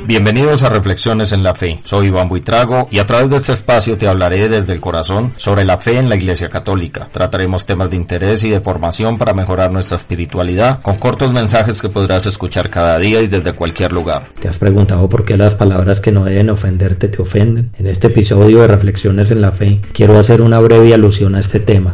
Bienvenidos a Reflexiones en la Fe. Soy Iván Buitrago y a través de este espacio te hablaré desde el corazón sobre la fe en la Iglesia Católica. Trataremos temas de interés y de formación para mejorar nuestra espiritualidad con cortos mensajes que podrás escuchar cada día y desde cualquier lugar. ¿Te has preguntado por qué las palabras que no deben ofenderte te ofenden? En este episodio de Reflexiones en la Fe quiero hacer una breve alusión a este tema.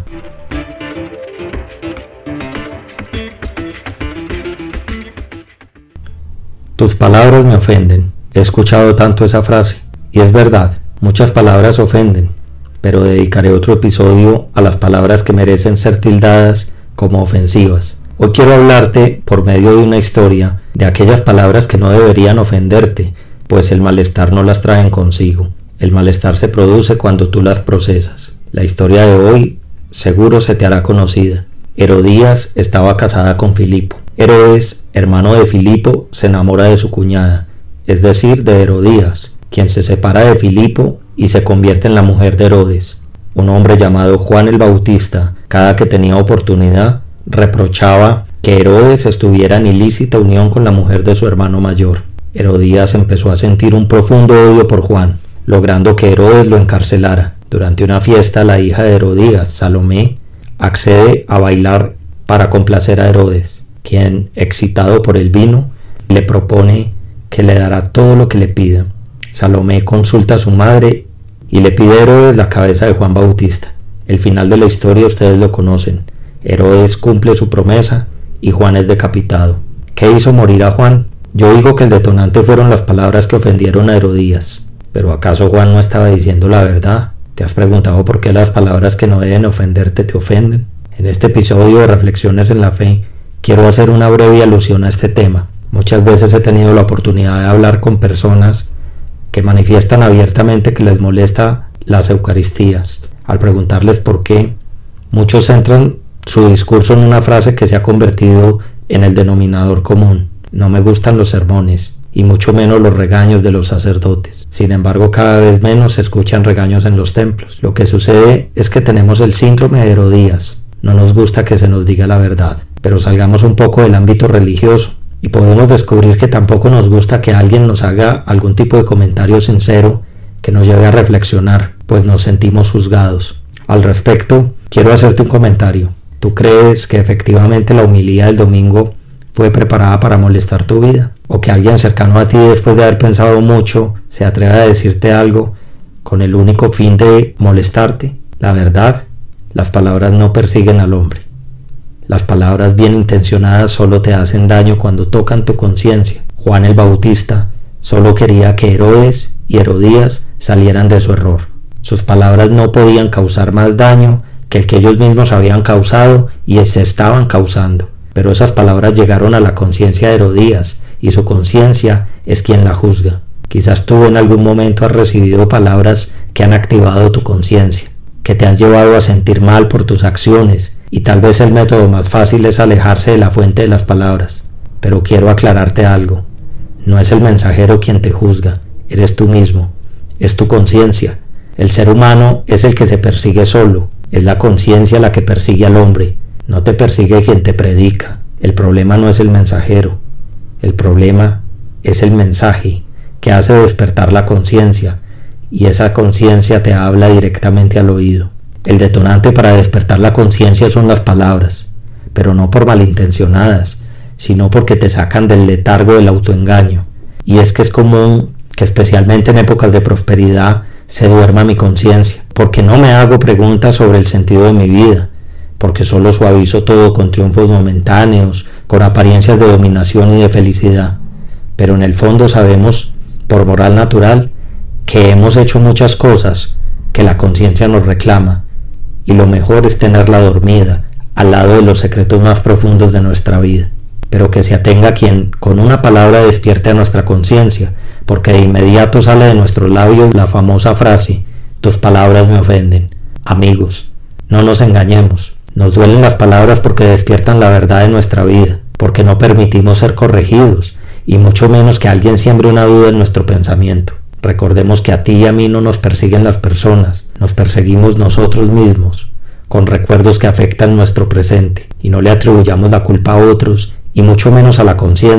Tus palabras me ofenden. He escuchado tanto esa frase. Y es verdad, muchas palabras ofenden, pero dedicaré otro episodio a las palabras que merecen ser tildadas como ofensivas. Hoy quiero hablarte, por medio de una historia, de aquellas palabras que no deberían ofenderte, pues el malestar no las traen consigo. El malestar se produce cuando tú las procesas. La historia de hoy seguro se te hará conocida. Herodías estaba casada con Filipo. Herodes, hermano de Filipo, se enamora de su cuñada, es decir, de Herodías, quien se separa de Filipo y se convierte en la mujer de Herodes. Un hombre llamado Juan el Bautista, cada que tenía oportunidad, reprochaba que Herodes estuviera en ilícita unión con la mujer de su hermano mayor. Herodías empezó a sentir un profundo odio por Juan, logrando que Herodes lo encarcelara. Durante una fiesta, la hija de Herodías, Salomé, accede a bailar para complacer a Herodes, quien, excitado por el vino, le propone que le dará todo lo que le pida. Salomé consulta a su madre y le pide a Herodes la cabeza de Juan Bautista. El final de la historia ustedes lo conocen. Herodes cumple su promesa y Juan es decapitado. ¿Qué hizo morir a Juan? Yo digo que el detonante fueron las palabras que ofendieron a Herodías. ¿Pero acaso Juan no estaba diciendo la verdad? ¿Te has preguntado por qué las palabras que no deben ofenderte te ofenden? En este episodio de Reflexiones en la Fe, quiero hacer una breve alusión a este tema. Muchas veces he tenido la oportunidad de hablar con personas que manifiestan abiertamente que les molesta las Eucaristías. Al preguntarles por qué, muchos centran su discurso en una frase que se ha convertido en el denominador común. No me gustan los sermones, y mucho menos los regaños de los sacerdotes. Sin embargo, cada vez menos se escuchan regaños en los templos. Lo que sucede es que tenemos el síndrome de Herodías. No nos gusta que se nos diga la verdad. Pero salgamos un poco del ámbito religioso y podemos descubrir que tampoco nos gusta que alguien nos haga algún tipo de comentario sincero que nos lleve a reflexionar, pues nos sentimos juzgados. Al respecto, quiero hacerte un comentario. ¿Tú crees que efectivamente la homilía del domingo fue preparada para molestar tu vida? ¿O que alguien cercano a ti, después de haber pensado mucho, se atreve a decirte algo con el único fin de molestarte? La verdad, las palabras no persiguen al hombre. Las palabras bien intencionadas solo te hacen daño cuando tocan tu conciencia. Juan el Bautista solo quería que Herodes y Herodías salieran de su error. Sus palabras no podían causar más daño que el que ellos mismos habían causado y se estaban causando. Pero esas palabras llegaron a la conciencia de Herodías y su conciencia es quien la juzga. Quizás tú en algún momento has recibido palabras que han activado tu conciencia, que te han llevado a sentir mal por tus acciones, y tal vez el método más fácil es alejarse de la fuente de las palabras. Pero quiero aclararte algo. No es el mensajero quien te juzga, eres tú mismo, es tu conciencia. El ser humano es el que se persigue solo, es la conciencia la que persigue al hombre, no te persigue quien te predica. El problema no es el mensajero, el problema es el mensaje que hace despertar la conciencia, y esa conciencia te habla directamente al oído. El detonante para despertar la conciencia son las palabras, pero no por malintencionadas, sino porque te sacan del letargo del autoengaño. Y es que es común que especialmente en épocas de prosperidad se duerma mi conciencia, porque no me hago preguntas sobre el sentido de mi vida, porque solo suavizo todo con triunfos momentáneos, con apariencias de dominación y de felicidad. Pero en el fondo sabemos, por moral natural, que hemos hecho muchas cosas que la conciencia nos reclama, y lo mejor es tenerla dormida, al lado de los secretos más profundos de nuestra vida. Pero que se atenga quien con una palabra despierte a nuestra conciencia, porque de inmediato sale de nuestros labios la famosa frase: tus palabras me ofenden. Amigos, no nos engañemos. Nos duelen las palabras porque despiertan la verdad de nuestra vida, porque no permitimos ser corregidos, y mucho menos que alguien siembre una duda en nuestro pensamiento. Recordemos que a ti y a mí no nos persiguen las personas, nos perseguimos nosotros mismos, con recuerdos que afectan nuestro presente, y no le atribuyamos la culpa a otros, y mucho menos a la conciencia,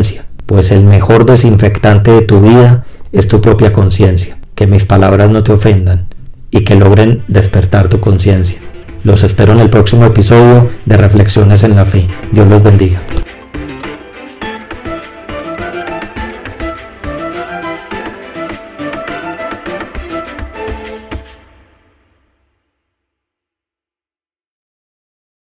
pues el mejor desinfectante de tu vida es tu propia conciencia. Que mis palabras no te ofendan y que logren despertar tu conciencia. Los espero en el próximo episodio de Reflexiones en la Fe. Dios los bendiga.